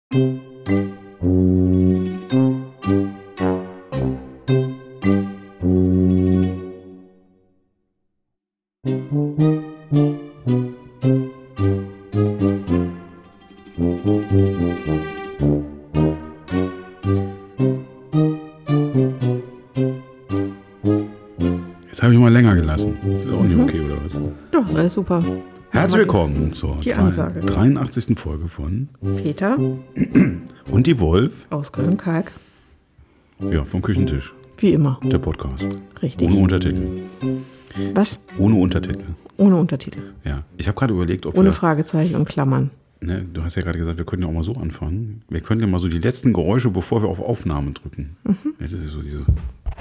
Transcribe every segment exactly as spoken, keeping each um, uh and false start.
Jetzt habe ich mal länger gelassen. Ist auch nicht okay, oder was? Doch, ist alles super. Herzlich willkommen zur die Ansage. dreiundachtzigsten Folge von Peter Und die Wolf. aus Köln-Kalk. Ja, vom Küchentisch. Wie immer. Der Podcast. Richtig. Ohne Untertitel. Was? Ohne Untertitel. Ohne Untertitel. Ja. Ich habe gerade überlegt, ob Ohne wir... Fragezeichen und Klammern. Ne, du hast ja gerade gesagt, wir könnten ja auch mal so anfangen. Wir können ja mal so die letzten Geräusche, bevor wir auf Aufnahme drücken. Mhm. Jetzt ist es so diese...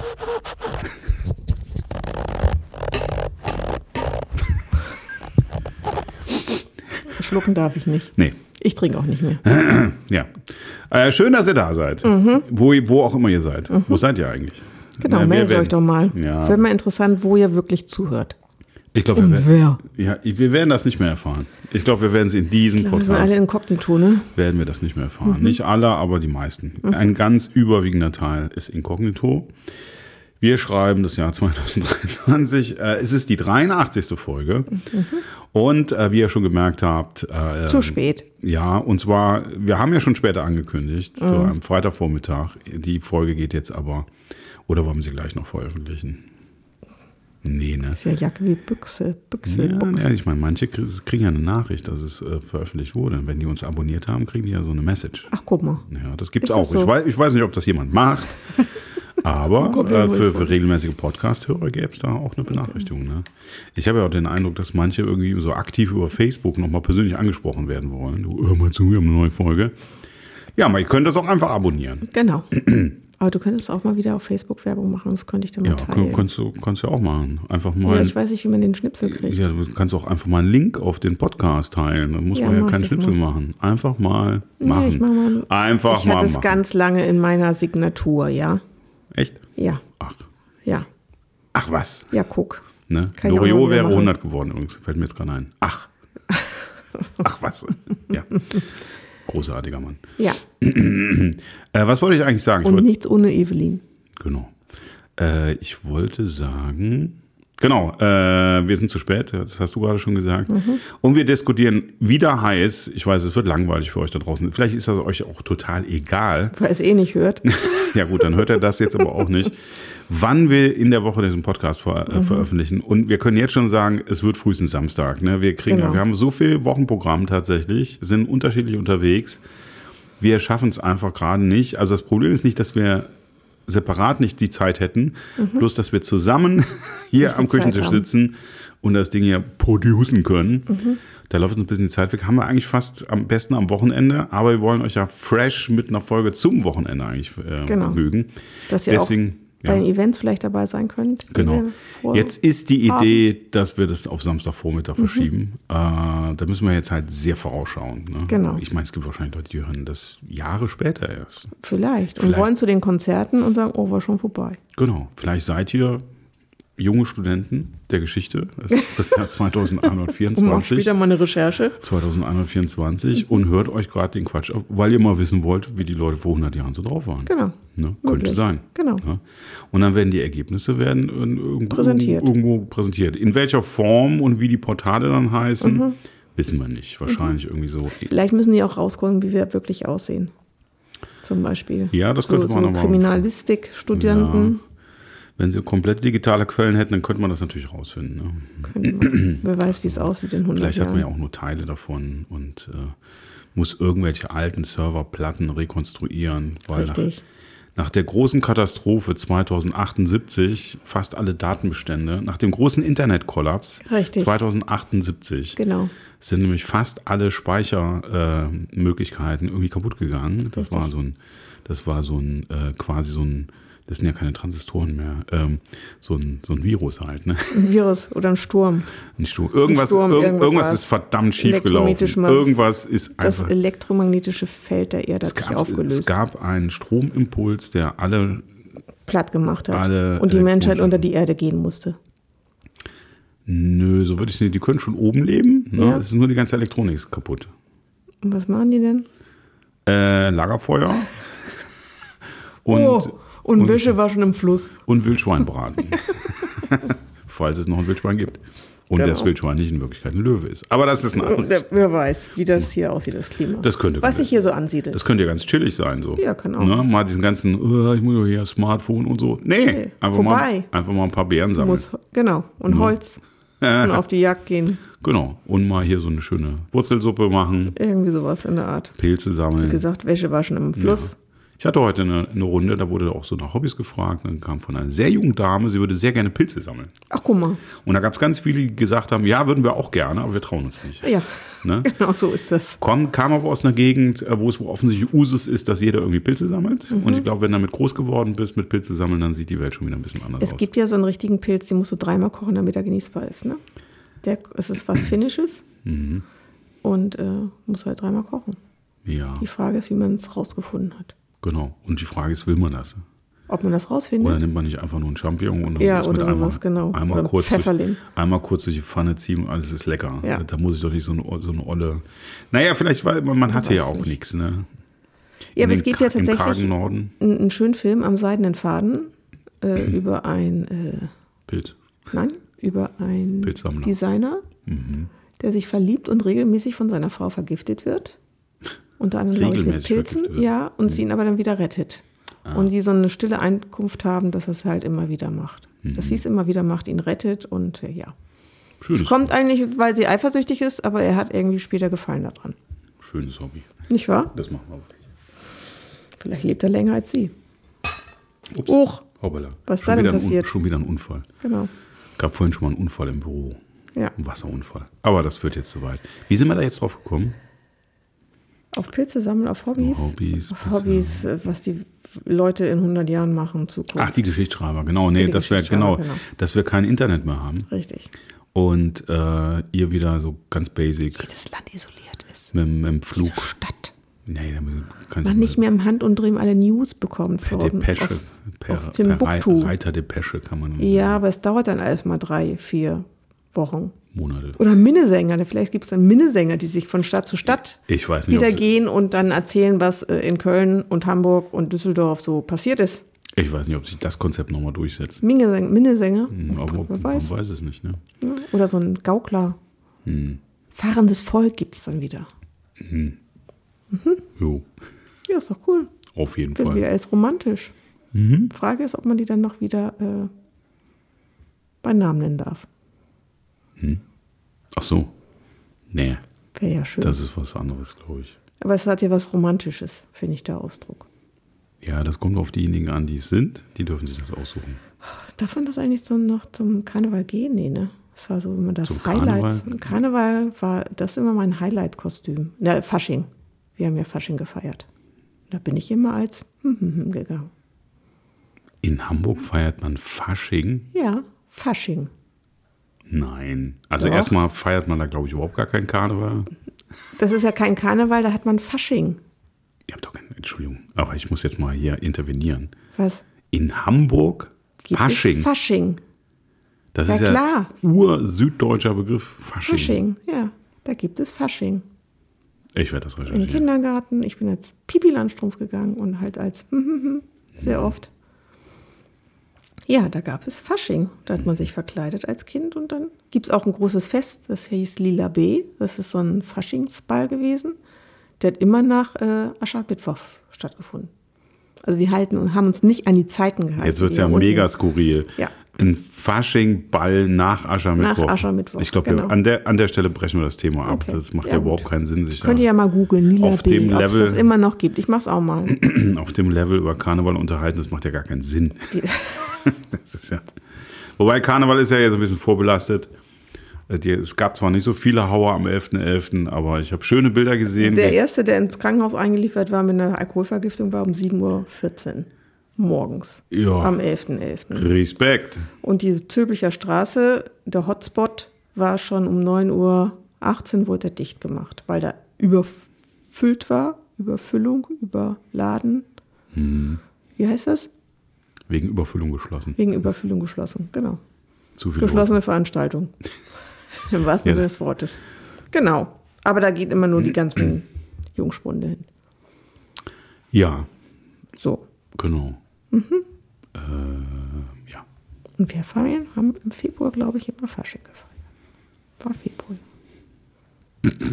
Schlucken darf ich nicht. Nee. Ich trinke auch nicht mehr. Ja. Äh, schön, dass ihr da seid. Mhm. Wo, wo auch immer ihr seid. Mhm. Wo seid ihr eigentlich? Genau, Na, meldet werden, euch doch mal. Ja. Wäre mal interessant, wo ihr wirklich zuhört. Ich glaube, wir, werden- ja, wir werden das nicht mehr erfahren. Ich glaube, wir werden es in diesem Wir sind Podcast, alle inkognito, ne? werden wir das nicht mehr erfahren. Mhm. Nicht alle, aber die meisten. Mhm. Ein ganz überwiegender Teil ist inkognito. Wir schreiben das Jahr zwanzig dreiundzwanzig. Äh, es ist die dreiundachtzigste Folge. Mhm. Und äh, wie ihr schon gemerkt habt... Äh, Zu spät. Ja, und zwar, wir haben ja schon später angekündigt, mhm. zu einem Freitagvormittag. Die Folge geht jetzt aber... Oder wollen wir sie gleich noch veröffentlichen? Nee, ne? Ist ja Jacke wie Büchse, Büchse, Ja, Buchs. ja, ich meine, manche kriegen ja eine Nachricht, dass es äh, veröffentlicht wurde. Wenn die uns abonniert haben, kriegen die ja so eine Message. Ach, guck mal. Ja, das gibt's Ist auch. das so? Ich, weiß, ich weiß nicht, ob das jemand macht. Aber Kommt mir äh, wohl für, vor. für regelmäßige Podcast-Hörer gäbe es da auch eine Benachrichtigung. Ne? Ich habe ja auch den Eindruck, dass manche irgendwie so aktiv über Facebook nochmal persönlich angesprochen werden wollen. Du, hör mal zu, wir haben eine neue Folge. Ja, aber ihr könnt das auch einfach abonnieren. Genau. Aber du könntest auch mal wieder auf Facebook Werbung machen, das könnte ich dann mal Ja, teilen. kannst du kannst du ja auch machen. Einfach mal. Ja, ich weiß nicht, wie man den Schnipsel kriegt. Ja, du kannst auch einfach mal einen Link auf den Podcast teilen. Da muss Ja, man ja mach keinen das Schnipsel mal. machen. Einfach mal machen. Ja, ich mach mal, Einfach ich mal hatte es machen. ganz lange in meiner Signatur, ja? Echt? Ja, Ach. ja. Ach was. Ja, guck. Ne? Kann ich auch mal Loriot wieder wäre machen. hundert geworden übrigens. Fällt mir jetzt gerade ein. Ach. Ach was. Ja. Großartiger Mann. Ja. Äh, was wollte ich eigentlich sagen? Ich Und wollte, nichts ohne Evelyn. genau. Äh, ich wollte sagen... Genau, äh, wir sind zu spät, das hast du gerade schon gesagt. Mhm. Und wir diskutieren wieder heiß. Ich weiß, es wird langweilig für euch da draußen. Vielleicht ist das euch auch total egal. Weil es eh nicht hört. Ja gut, dann hört er das jetzt aber auch nicht. Wann wir in der Woche diesen Podcast ver äh, Mhm. veröffentlichen. Und wir können jetzt schon sagen, es wird frühestens Samstag. Ne? Wir, kriegen, Genau. wir haben so viel Wochenprogramm tatsächlich, sind unterschiedlich unterwegs. Wir schaffen es einfach gerade nicht. Also das Problem ist nicht, dass wir separat nicht die Zeit hätten, mhm. bloß dass wir zusammen hier Nicht die am Küchentisch Zeit haben. sitzen und das Ding hier producen können. Mhm. Da läuft uns ein bisschen die Zeit weg. Haben wir eigentlich fast am besten am Wochenende, aber wir wollen euch ja fresh mit einer Folge zum Wochenende eigentlich äh, Genau. vergnügen. Dass ihr Deswegen, auch bei den Events vielleicht dabei sein könnt. die Genau. wir vor- Jetzt ist die haben. Idee, dass wir das auf Samstagvormittag Mhm. verschieben. Äh, da müssen wir jetzt halt sehr vorausschauen. Ne? Genau. Ich meine, es gibt wahrscheinlich Leute, die hören das Jahre später erst. Vielleicht. Und Vielleicht. wollen zu den Konzerten und sagen, oh, war schon vorbei. Genau. Vielleicht seid ihr junge Studenten der Geschichte. Es ist das Jahr Und macht zweitausendeinhundertvierundzwanzig. später mal eine Recherche. zweitausendeinhundertvierundzwanzig und hört euch gerade den Quatsch ab, weil ihr mal wissen wollt, wie die Leute vor hundert Jahren so drauf waren. Genau. Ne? Könnte Möglich. sein. Genau. Ja. Und dann werden die Ergebnisse werden irgendwo Präsentiert. irgendwo präsentiert. In welcher Form und wie die Portale dann heißen, Mhm. wissen wir nicht. Wahrscheinlich irgendwie so. Vielleicht müssen die auch rausgucken, wie wir wirklich aussehen. Zum Beispiel. Ja, das so, könnte man so aber- Kriminalistik-Studenten. Wenn sie komplett digitale Quellen hätten, dann könnte man das natürlich rausfinden. Ne? Könnte man. Wer weiß, wie es aussieht in hundert Vielleicht hat Jahren. man ja auch nur Teile davon und äh, muss irgendwelche alten Serverplatten rekonstruieren. Weil Richtig. Nach, nach der großen Katastrophe zweitausendachtundsiebzig, fast alle Datenbestände, nach dem großen Internetkollaps Richtig. zweitausendachtundsiebzig, Genau. sind nämlich fast alle Speichermöglichkeiten äh, Möglichkeiten irgendwie kaputt gegangen. Das Richtig. war so ein, das war so ein äh, quasi so ein, das sind ja keine Transistoren mehr, ähm, so ein, so ein Virus halt, ne? Ein Virus oder ein Sturm. Ein Sturm. Irgendwas, Sturm, irg irgendwas. irgendwas ist verdammt schief gelaufen. Elektromagnetisch mal- Irgendwas ist Das einfach. elektromagnetische Feld der Erde Es hat sich gab, aufgelöst. es gab einen Stromimpuls, der alle, platt gemacht hat. alle Und die Menschheit elektronischen- unter die Erde gehen musste. nö, so würde ich es nicht, die können schon oben leben, ne? Ja. Es ist nur die ganze Elektronik ist kaputt. Und was machen die denn? Äh, Lagerfeuer. und, oh, und, und Wäsche waschen im Fluss. Und Wildschweinbraten. Falls es noch ein Wildschwein gibt. Und genau. Das Wildschwein nicht in Wirklichkeit ein Löwe ist. Aber das ist ein anderes. Wer weiß, wie das hier aussieht, das Klima. Das könnte Was sich hier so ansiedelt. Das könnte ja ganz chillig sein. So. Ja, kann auch. Ne? Mal diesen ganzen, oh, ich muss ja hier Smartphone und so. Nee, nee einfach, vorbei. Mal, einfach mal ein paar Beeren sammeln. Muss, genau, und ja. Holz. Und auf die Jagd gehen. Genau, und mal hier so eine schöne Wurzelsuppe machen. Irgendwie sowas in der Art. Pilze sammeln. Wie gesagt, Wäsche waschen im Fluss. Ja. Ich hatte heute eine, eine Runde, da wurde auch so nach Hobbys gefragt. Dann kam von einer sehr jungen Dame, sie würde sehr gerne Pilze sammeln. Ach, guck mal. Und da gab es ganz viele, die gesagt haben, ja, würden wir auch gerne, aber wir trauen uns nicht. Ja, ne? Genau so ist das. Kam, kam aber aus einer Gegend, wo es offensichtlich Usus ist, dass jeder irgendwie Pilze sammelt. Mhm. Und ich glaube, wenn du damit groß geworden bist mit Pilze sammeln, dann sieht die Welt schon wieder ein bisschen anders es aus. Es gibt ja so einen richtigen Pilz, den musst du dreimal kochen, damit er genießbar ist. Ne? Der, es ist was Finnisches mhm. und äh, muss halt dreimal kochen. Ja. Die Frage ist, wie man es rausgefunden hat. Genau. Und die Frage ist, will man das? Ob man das rausfindet? Oder nimmt man nicht einfach nur einen Champignon und ja, das oder mit sowas, einmal, genau. einmal, oder kurz Pfefferling. durch, einmal kurz durch die Pfanne ziehen und alles ist lecker. Ja. Da muss ich doch nicht so eine, so eine olle... Naja, vielleicht, weil man, man hatte ja auch nichts. Ne? Ja, aber es gibt ja tatsächlich einen, einen schönen Film am Seidenen Faden äh, mhm. über ein... Äh, Pilz. Nein, über einen Pilzsammler. Designer, mhm. der sich verliebt und regelmäßig von seiner Frau vergiftet wird. Unter anderem, glaube ich, mit Pilzen. Ja, und mhm. sie ihn aber dann wieder rettet. Ah. Und die so eine stille Einkunft haben, dass er es halt immer wieder macht. Mhm. Dass sie es immer wieder macht, ihn rettet und äh, ja. Schönes es kommt Hobby. Eigentlich, weil sie eifersüchtig ist, aber er hat irgendwie später Gefallen daran. Schönes Hobby. Nicht wahr? Das machen wir wirklich. Vielleicht lebt er länger als sie. Ups. Uch. Hoppala. Was da denn passiert? Schon wieder ein Unfall. Genau. Gab vorhin schon mal einen Unfall im Büro. Ja. Ein Wasserunfall. Aber das führt jetzt zu weit. Wie sind wir da jetzt drauf gekommen? Auf Pilze sammeln, auf Hobbys. Hobbys, auf Hobbys, was die Leute in hundert Jahren machen, Zukunft. Ach, die Geschichtsschreiber, genau. Nee, dass wir, genau, genau. dass wir kein Internet mehr haben. Richtig. Und äh, ihr wieder so ganz basic. Jedes Land isoliert ist. Mit, mit dem Flug. Diese Stadt. Nee, kann man nicht mehr im Handumdrehen alle News bekommt. Per Depesche. Aus, per, aus Timbuktu. per Reiter Depesche kann man. Ja, sagen. Aber es dauert dann alles mal drei, vier Wochen. Monate. Oder Minnesänger. Vielleicht gibt es dann Minnesänger, die sich von Stadt zu Stadt ich weiß nicht, wieder gehen und dann erzählen, was in Köln und Hamburg und Düsseldorf so passiert ist. Ich weiß nicht, ob sich das Konzept nochmal durchsetzt. Minnesänger? Minnesänger? Hm, aber man weiß. weiß es nicht. Ne? Ja, oder so ein Gaukler. Hm. Fahrendes Volk gibt es dann wieder. Mhm. Mhm. Jo. Ja, ist doch cool. Auf jeden Wird Fall. wieder als romantisch. Mhm. Frage ist, ob man die dann noch wieder äh, bei Namen nennen darf. Hm. Ach so. Nee. Wäre ja schön. Das ist was anderes, glaube ich. Aber es hat ja was Romantisches, finde ich, der Ausdruck. Ja, das kommt auf diejenigen an, die es sind. Die dürfen sich das aussuchen. Darf man das eigentlich so noch zum Karneval gehen? Nee, ne? Das war so immer das zum Highlight. Karneval? Karneval war das immer mein Highlight-Kostüm. Na, Fasching. Wir haben ja Fasching gefeiert. Da bin ich immer als gegangen. In Hamburg feiert man Fasching? Ja, Fasching. Nein. Also Doch. Erstmal feiert man da, glaube ich, überhaupt gar keinen Karneval. Das ist ja kein Karneval, da hat man Fasching. Ihr habt doch keine Entschuldigung, aber ich muss jetzt mal hier intervenieren. Was? In Hamburg Gibt Fasching. Es Fasching. Das ja, ist ja klar. ur-süddeutscher Begriff Fasching. Fasching, ja. Da gibt es Fasching. Ich werde das recherchieren. Im Kindergarten. Ich bin als Pipi Landstrumpf gegangen und halt als sehr oft. Ja, da gab es Fasching. Da hat man sich verkleidet als Kind und dann gibt es auch ein großes Fest, das hieß Lila B. Das ist so ein Faschingsball gewesen. Der hat immer nach äh, Aschermittwoch stattgefunden. Also wir halten und haben uns nicht an die Zeiten gehalten. Jetzt wird es ja unten. mega skurril. Ja. Ein Fasching-Ball nach Aschermittwoch. Nach Aschermittwoch, Ich glaube, genau. an, der, an der Stelle brechen wir das Thema ab. Okay. Das macht ja, Ja, überhaupt gut. keinen Sinn, sich Könnt ihr ja mal googeln, Lila auf B, dem ob es Level- das immer noch gibt. Ich mach's auch mal. auf dem Level über Karneval unterhalten. Das macht ja gar keinen Sinn. Das ist ja. Wobei Karneval ist ja jetzt ein bisschen vorbelastet. Es gab zwar nicht so viele Hauer am elften elften, aber ich habe schöne Bilder gesehen. Der erste, der ins Krankenhaus eingeliefert war mit einer Alkoholvergiftung, war um sieben Uhr vierzehn morgens Ja. am elften elften Respekt. Und die Zülpicher Straße, der Hotspot, war schon um neun Uhr achtzehn wurde er dicht gemacht, weil da überfüllt war, Überfüllung, Überladen. Hm. Wie heißt das? Wegen Überfüllung geschlossen. Wegen Überfüllung geschlossen, genau. Zu viele Geschlossene Leute. Veranstaltung. Im wahrsten Ja. Sinne des Wortes. Genau. Aber da geht immer nur die ganzen Jungspunde hin. Ja. So. Genau. Mhm. Äh, ja. Und wir feiern, haben im Februar, glaube ich, immer Fasching gefeiert. War Februar.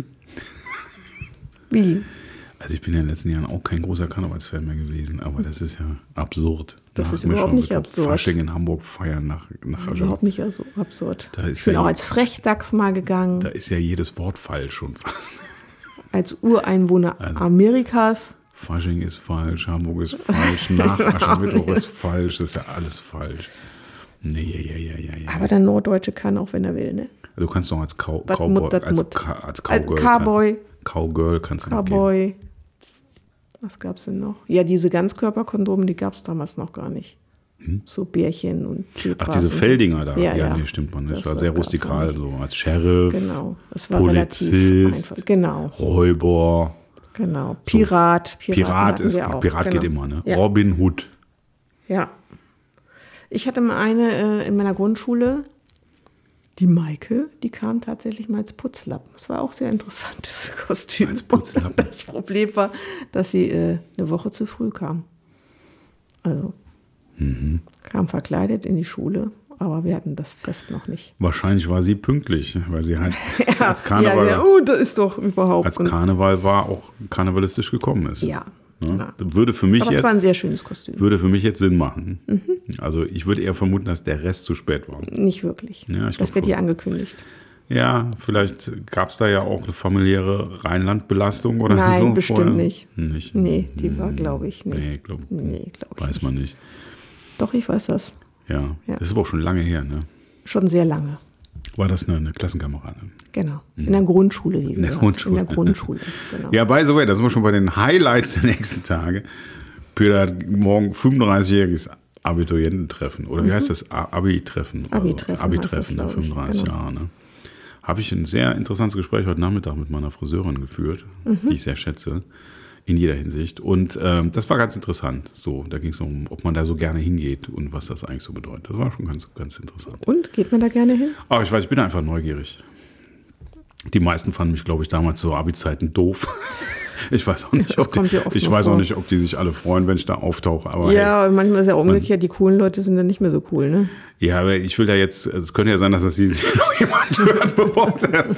Wie? Also ich bin ja in den letzten Jahren auch kein großer Karnevalsfan mehr gewesen, aber das ist ja absurd. Das da ist überhaupt nicht absurd. Fasching in Hamburg feiern nach, nach Überhaupt nicht so absurd. Da ist ich bin ja auch als Frechdachs mal gegangen. Da ist ja jedes Wort falsch schon fast. Als Ureinwohner also, Amerikas. Fasching ist falsch, Hamburg ist falsch, nach Aschermittwoch ist falsch, das ist ja alles falsch. Nee, ja, ja, ja, ja. Aber der Norddeutsche kann auch, wenn er will, ne? Du kannst doch als Cow Was Cowboy, Mut, als, Mut. Ka als Cowgirl. Cowboy. Cowgirl kannst du noch Cowboy. Gehen. Was gab's denn noch? Ja, diese Ganzkörperkondome, die gab's damals noch gar nicht. Hm? So Bärchen und Zebras. Ach, diese Felddinger so. da. Ja, ja, ja. nee, stimmt man. Das, das war sehr rustikal, so als Sheriff, genau. Das war Polizist, genau. Räuber. Genau. Pirat. So. Pirat, ist, Pirat genau. geht immer, ne? Ja. Robin Hood. Ja. Ich hatte mal eine äh, in meiner Grundschule, die Maike, die kam tatsächlich mal als Putzlappen. Das war auch sehr interessantes Kostüm. Als Putzlappen. Das Problem war, dass sie äh, eine Woche zu früh kam. Also mhm. kam verkleidet in die Schule, aber wir hatten das Fest noch nicht. Wahrscheinlich war sie pünktlich, weil sie halt ja, als Karneval, ja, ja, oh, das ist doch überhaupt als Karneval war, auch karnevalistisch gekommen ist. Ja. Ne? Würde für mich aber es jetzt, war ein sehr schönes Kostüm. Würde für mich jetzt Sinn machen. Mhm. Also ich würde eher vermuten, dass der Rest zu spät war. Nicht wirklich. Ja, das wird ja angekündigt. Ja, vielleicht gab es da ja auch eine familiäre Rheinland-Belastung oder Nein, so. Nein, bestimmt vorher. nicht. nicht. Nee, die war, glaube ich, nicht. Nee, glaube nee, glaub weiß nicht. man nicht. Doch, ich weiß das. Ja. ja, das ist aber auch schon lange her, ne? Schon sehr lange. War das eine, eine Klassenkameradin? Genau, in der Grundschule. Die in der Grundschule. In der Grundschule, genau. Ja, by the way, da sind wir schon bei den Highlights der nächsten Tage. Peter hat morgen fünfunddreißigjähriges Abituriententreffen. Oder wie mhm. heißt das? Abi-Treffen. Abi-Treffen. Also Abi-Treffen nach fünfunddreißig genau. Jahren. Ne? Habe ich ein sehr interessantes Gespräch heute Nachmittag mit meiner Friseurin geführt, mhm. die ich sehr schätze. In jeder Hinsicht. Und ähm, das war ganz interessant. So, da ging es um, ob man da so gerne hingeht und was das eigentlich so bedeutet. Das war schon ganz, ganz interessant. Und geht man da gerne hin? Aber ich weiß, ich bin einfach neugierig. Die meisten fanden mich, glaube ich, damals zu Abi-Zeiten doof. Ich weiß auch nicht, ob die, ich weiß auch nicht, ob die sich alle freuen, wenn ich da auftauche. Aber ja, hey, manchmal ist ja umgekehrt, die coolen Leute sind dann nicht mehr so cool, ne? Ja, aber ich will da jetzt, es könnte ja sein, dass das sich noch jemand hört, bevor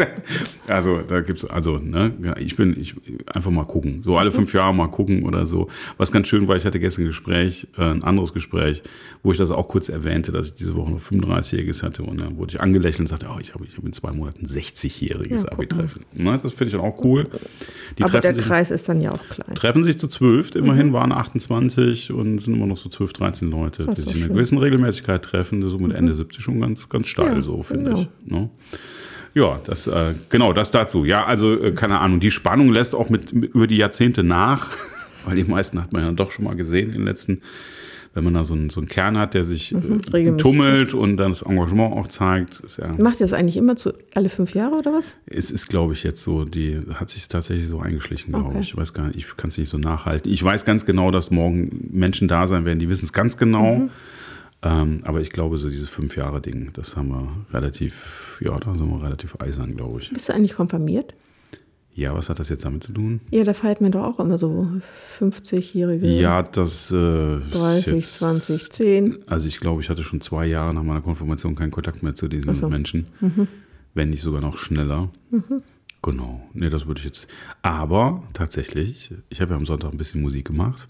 also da gibt's, also, ne, ich bin, ich einfach mal gucken. So alle fünf Jahre mal gucken oder so. Was ganz schön war, ich hatte gestern ein Gespräch, äh, ein anderes Gespräch, wo ich das auch kurz erwähnte, dass ich diese Woche noch fünfunddreißigjähriges hatte und dann wurde ich angelächelt und sagte, oh, ich habe ich hab in zwei Monaten sechzigjähriges ja, Abi-Treffen. Ne, das finde ich dann auch cool. Die aber der sich, Kreis ist dann ja auch klein. Treffen sich zu zwölf, immerhin mhm. waren achtundzwanzig und sind immer noch so zwölf, dreizehn Leute, das die sich in einer gewissen Regelmäßigkeit treffen. So mit Ende mhm. siebzig schon ganz, ganz steil, ja, so finde genau. ich. Ne? Ja, das, äh, genau, das dazu. Ja, also, äh, keine Ahnung, die Spannung lässt auch mit, mit über die Jahrzehnte nach, weil die meisten hat man ja doch schon mal gesehen in den letzten, wenn man da so einen, so einen Kern hat, der sich mhm, äh, tummelt und dann das Engagement auch zeigt. Ist ja, macht ihr das eigentlich immer zu alle fünf Jahre oder was? Es ist, glaube ich, jetzt so, die hat sich tatsächlich so eingeschlichen, glaube okay. ich. Ich weiß gar nicht, ich kann es nicht so nachhalten. Ich weiß ganz genau, dass morgen Menschen da sein werden, die wissen es ganz genau. Mhm. Ähm, aber ich glaube, so dieses Fünf-Jahre-Ding, das haben wir relativ, ja, da sind wir relativ eisern, glaube ich. Bist du eigentlich konfirmiert? Ja, was hat das jetzt damit zu tun? Ja, da feiert man doch auch immer so fünfzigjährige. Ja, das äh, dreißig, jetzt, zwanzig, zehn. Also ich glaube, ich hatte schon zwei Jahre nach meiner Konfirmation keinen Kontakt mehr zu diesen so. Menschen. Mhm. Wenn nicht sogar noch schneller. Mhm. Genau. Nee, das würde ich jetzt. Aber tatsächlich, ich habe ja am Sonntag ein bisschen Musik gemacht.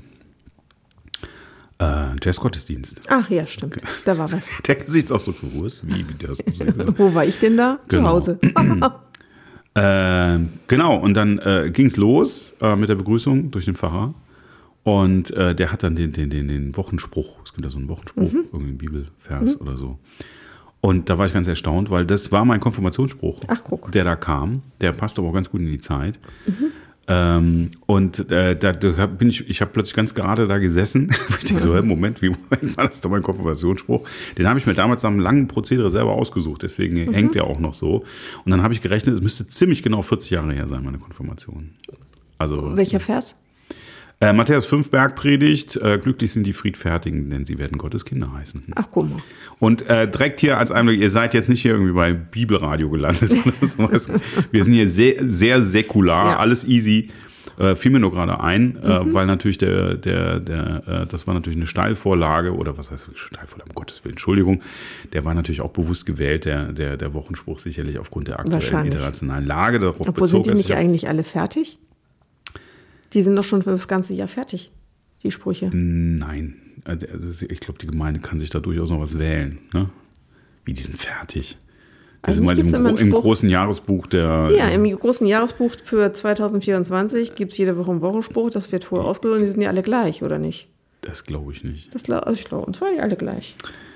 Äh, Jazz-Gottesdienst. Ach ja, stimmt. Da war was. Der Gesichtsausdruck so, wo ist? Wie, wie das Musik? Wo war ich denn da? Genau. Zu Hause. äh, genau, und dann äh, ging es los äh, mit der Begrüßung durch den Pfarrer. Und äh, der hat dann den, den, den, den Wochenspruch, es gibt ja so einen Wochenspruch, mhm. irgendeinen Bibelvers mhm. oder so. Und da war ich ganz erstaunt, weil das war mein Konfirmationsspruch, Ach, guck. der da kam. Der passt aber auch ganz gut in die Zeit. Mhm. Ähm, und äh, da, da bin ich, ich habe plötzlich ganz gerade da gesessen. Ich denke so, hey, Moment, wie Moment war das doch mein Konfirmationsspruch? Den habe ich mir damals nach einem langen Prozedere selber ausgesucht, deswegen mhm. hängt der auch noch so. Und dann habe ich gerechnet, es müsste ziemlich genau vierzig Jahre her sein, meine Konfirmation. Also, welcher Vers? Äh, Matthäus fünf Bergpredigt, äh, glücklich sind die Friedfertigen, denn sie werden Gottes Kinder heißen. Ach, guck mal. Und äh, direkt hier als Einblick, ihr seid jetzt nicht hier irgendwie bei Bibelradio gelandet oder sowas. Wir sind hier sehr, sehr säkular, ja. alles easy. Äh, fiel mir nur gerade ein, mhm. äh, weil natürlich der, der, der, äh, das war natürlich eine Steilvorlage oder was heißt Steilvorlage, um Gottes Willen, Entschuldigung, der war natürlich auch bewusst gewählt, der, der, der Wochenspruch sicherlich aufgrund der aktuellen internationalen Lage. Darauf Obwohl bezog sind die nicht eigentlich alle fertig? Die sind doch schon für das ganze Jahr fertig, die Sprüche. Nein, also ich glaube, die Gemeinde kann sich da durchaus noch was wählen. Ne? Wie, die sind fertig. Also mal im, Gro- im großen Jahresbuch der... Ja, im großen Jahresbuch für zwanzig vierundzwanzig gibt es jede Woche einen Wochenspruch, das wird vorher ausgesucht und die sind ja alle gleich, oder nicht? Das glaube ich nicht. Das, also ich glaube, uns waren die alle gleich.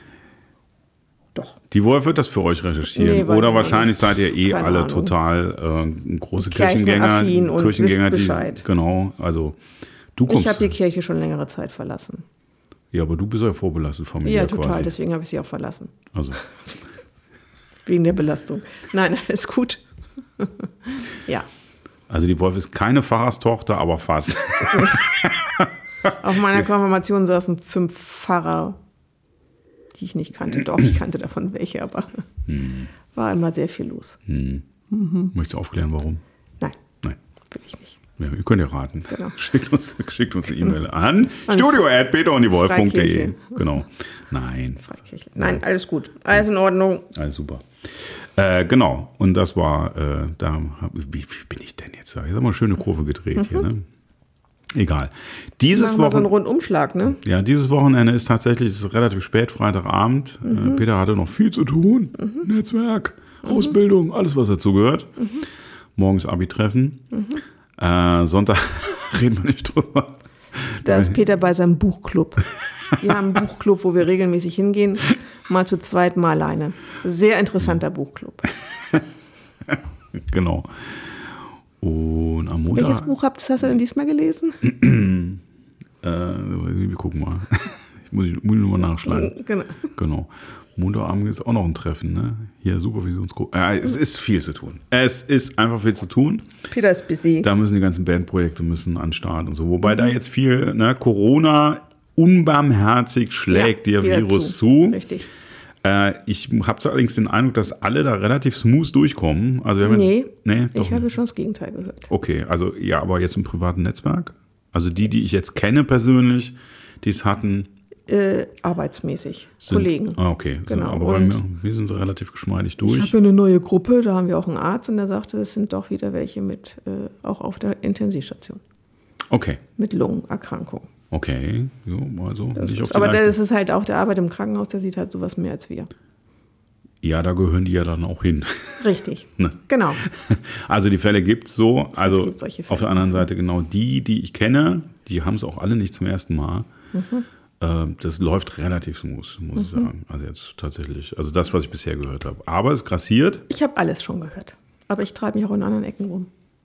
Doch. Die Wolf wird das für euch recherchieren. Nee, oder wahrscheinlich seid ihr eh Keine alle Ahnung. total äh, große Kirchengänger. Und Kirchengänger, wisst Bescheid. Die, genau, also du kommst... Ich habe die Kirche schon längere Zeit verlassen. Ja, aber du bist ja vorbelastet familiär Ja, total, quasi. Deswegen habe ich sie auch verlassen. Also... Wegen der Belastung. Nein, alles gut. Ja. Also die Wolf ist keine Pfarrerstochter, aber fast. Auf meiner Konfirmation saßen fünf Pfarrer, die ich nicht kannte. Doch, ich kannte davon welche, aber hm. war immer sehr viel los. Hm. Mhm. Möchtest du aufklären, warum? Nein. Nein. Will ich nicht. Ja, ihr könnt ja raten. Genau. Schickt uns, schickt uns eine E-Mail an studio at peter und die wolf punkt de. Genau. Nein. Nein, alles gut. Alles in Ordnung. Alles super. Äh, genau. Und das war, äh, da, wie, wie bin ich denn jetzt da? Jetzt haben wir eine schöne Kurve gedreht mhm. hier, ne? Egal. Dieses Wochenende. So einen Rundumschlag, ne? Ja, dieses Wochenende ist tatsächlich ist relativ spät, Freitagabend. Mhm. Äh, Peter hatte noch viel zu tun. Mhm. Netzwerk, mhm. Ausbildung, alles, was dazu gehört. Mhm. Morgens Abi-Treffen. Mhm. Äh, Sonntag reden wir nicht drüber. Da ist Peter bei seinem Buchclub. Wir haben einen Buchclub, wo wir regelmäßig hingehen. Mal zu zweit, mal alleine. Sehr interessanter Buchclub. Genau. Und am Montag... Welches Buch hast du denn diesmal gelesen? äh, wir gucken mal. Ich muss, ich muss nur mal nachschlagen. Genau. Genau. Montagabend ist auch noch ein Treffen, ne? Hier, Supervisionsgruppe. Ja, es ist viel zu tun. Es ist einfach viel zu tun. Peter ist busy. Da müssen die ganzen Bandprojekte müssen an den Start und so. Wobei mhm. da jetzt viel, ne, Corona unbarmherzig schlägt ja, der Virus zu. zu. Richtig. Äh, ich habe allerdings den Eindruck, dass alle da relativ smooth durchkommen. Also wir haben nee, jetzt, nee doch ich habe schon das Gegenteil gehört. Okay, also ja, aber jetzt im privaten Netzwerk? Also die, die ich jetzt kenne persönlich, die es hatten... Äh, arbeitsmäßig, sind, Kollegen. Ah, okay. Genau. So, aber bei mir, wir sind so relativ geschmeidig durch. Ich habe eine neue Gruppe, da haben wir auch einen Arzt und der sagte, es sind doch wieder welche mit, äh, auch auf der Intensivstation. Okay. Mit Lungenerkrankung. Okay, jo, also nicht auf die Aber Leistung. das ist halt auch der Arbeit im Krankenhaus, der sieht halt sowas mehr als wir. Ja, da gehören die ja dann auch hin. Richtig, ne? Genau. Also die Fälle gibt es so. Also es solche Fälle. Auf der anderen Seite genau die, die ich kenne, die haben es auch alle nicht zum ersten Mal. Mhm. Das läuft relativ smooth, muss mhm. ich sagen. Also jetzt tatsächlich, also das, was ich bisher gehört habe. Aber es grassiert. Ich habe alles schon gehört. Aber ich treibe mich auch in anderen Ecken rum.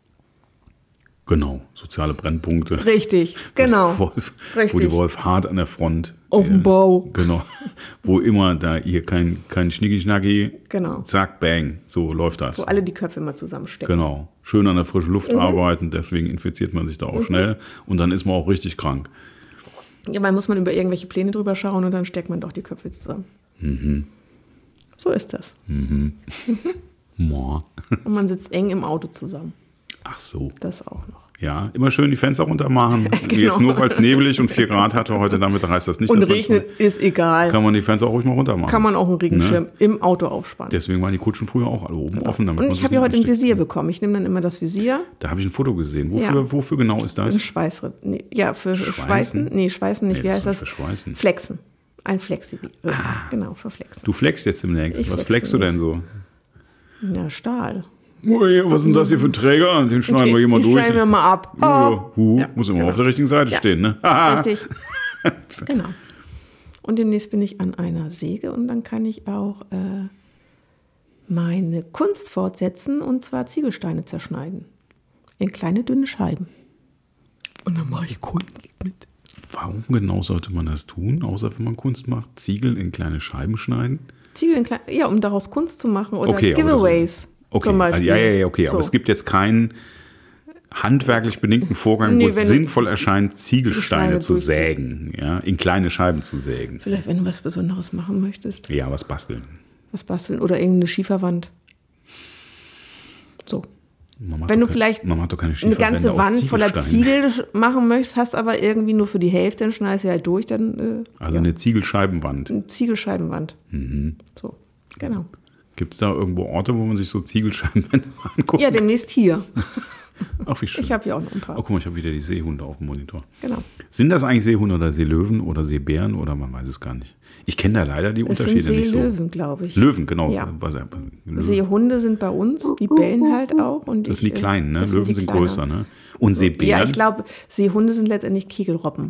Genau, soziale Brennpunkte. Richtig, genau. Wo die Wolf, Richtig. Wo die Wolf hart an der Front. Auf dem äh, Bau. Genau. Wo immer da hier kein, kein Schnicki-Schnacki. Genau. Zack, bang. So läuft das. Wo alle die Köpfe immer zusammenstecken. Genau. Schön an der frischen Luft mhm. arbeiten, deswegen infiziert man sich da auch mhm. schnell. Und dann ist man auch richtig krank. Ja, weil muss man über irgendwelche Pläne drüber schauen und dann steckt man doch die Köpfe zusammen. Mhm. So ist das. Mhm. Und man sitzt eng im Auto zusammen. Ach so. Das auch noch. Ja, immer schön die Fenster runter machen. Genau. Jetzt nur, weil es nebelig und vier Grad hatte heute, damit heißt das nicht, und dass regnet ist egal. Kann man die Fenster auch ruhig mal runter machen. Kann man auch einen Regenschirm ne? im Auto aufspannen. Deswegen waren die Kutschen früher auch alle oben genau. offen. Damit und ich habe ja heute ein Visier bekommen. Ich nehme dann immer das Visier. Da habe ich ein Foto gesehen. Wofür, ja. wofür genau ist das? Ein Schweiß, nee, ja, für Schweißen? Schweißen? Nee, Schweißen nicht. Nee, Wie heißt das? Für Schweißen. Flexen. Ein Flexibil. Ah. Genau, für Flexen. Du flexst jetzt demnächst. Ich Was flex flexst du denn so? Na, Stahl. Ui, was ist denn das hier für ein Träger? Den schneiden wir hier mal ich durch. schneiden wir mal ab. Oh. Ja, hu, ja, muss immer genau. auf der richtigen Seite ja. stehen, ne? Richtig. Genau. Und demnächst bin ich an einer Säge und dann kann ich auch äh, meine Kunst fortsetzen und zwar Ziegelsteine zerschneiden. In kleine, dünne Scheiben. Und dann mache ich Kunst mit. Warum genau sollte man das tun, außer wenn man Kunst macht? Ziegel in kleine Scheiben schneiden? Ziegel in kleine, ja, um daraus Kunst zu machen oder okay, Giveaways. Okay, zum Beispiel. Also, ja, ja, ja, okay. So. Aber es gibt jetzt keinen handwerklich bedingten Vorgang, nee, wo es sinnvoll erscheint, Ziegelsteine zu sägen, ja, in kleine Scheiben zu sägen. Vielleicht, wenn du was Besonderes machen möchtest. Ja, was basteln. Was basteln oder irgendeine Schieferwand. So. Wenn du vielleicht keine, eine ganze Wand voller Ziegel machen möchtest, hast aber irgendwie nur für die Hälfte, dann schneidest du halt durch. Dann, äh, also ja. eine Ziegelscheibenwand. Eine Ziegelscheibenwand. Mhm. So, genau. Gibt es da irgendwo Orte, wo man sich so Ziegelscheibenwände anguckt? Ja, demnächst hier. Ach, wie schön. Ich habe hier auch noch ein paar. Oh, guck mal, ich habe wieder die Seehunde auf dem Monitor. Genau. Sind das eigentlich Seehunde oder Seelöwen oder Seebären oder man weiß es gar nicht? Ich kenne da leider die das Unterschiede sind nicht so. Seelöwen, glaube ich. Löwen, genau. Ja. Löwen. Seehunde sind bei uns, die bellen halt auch. Und das ich, sind die kleinen, ne? Löwen sind, sind größer, ne? Und Seebären? Ja, ich glaube, Seehunde sind letztendlich Kegelrobben.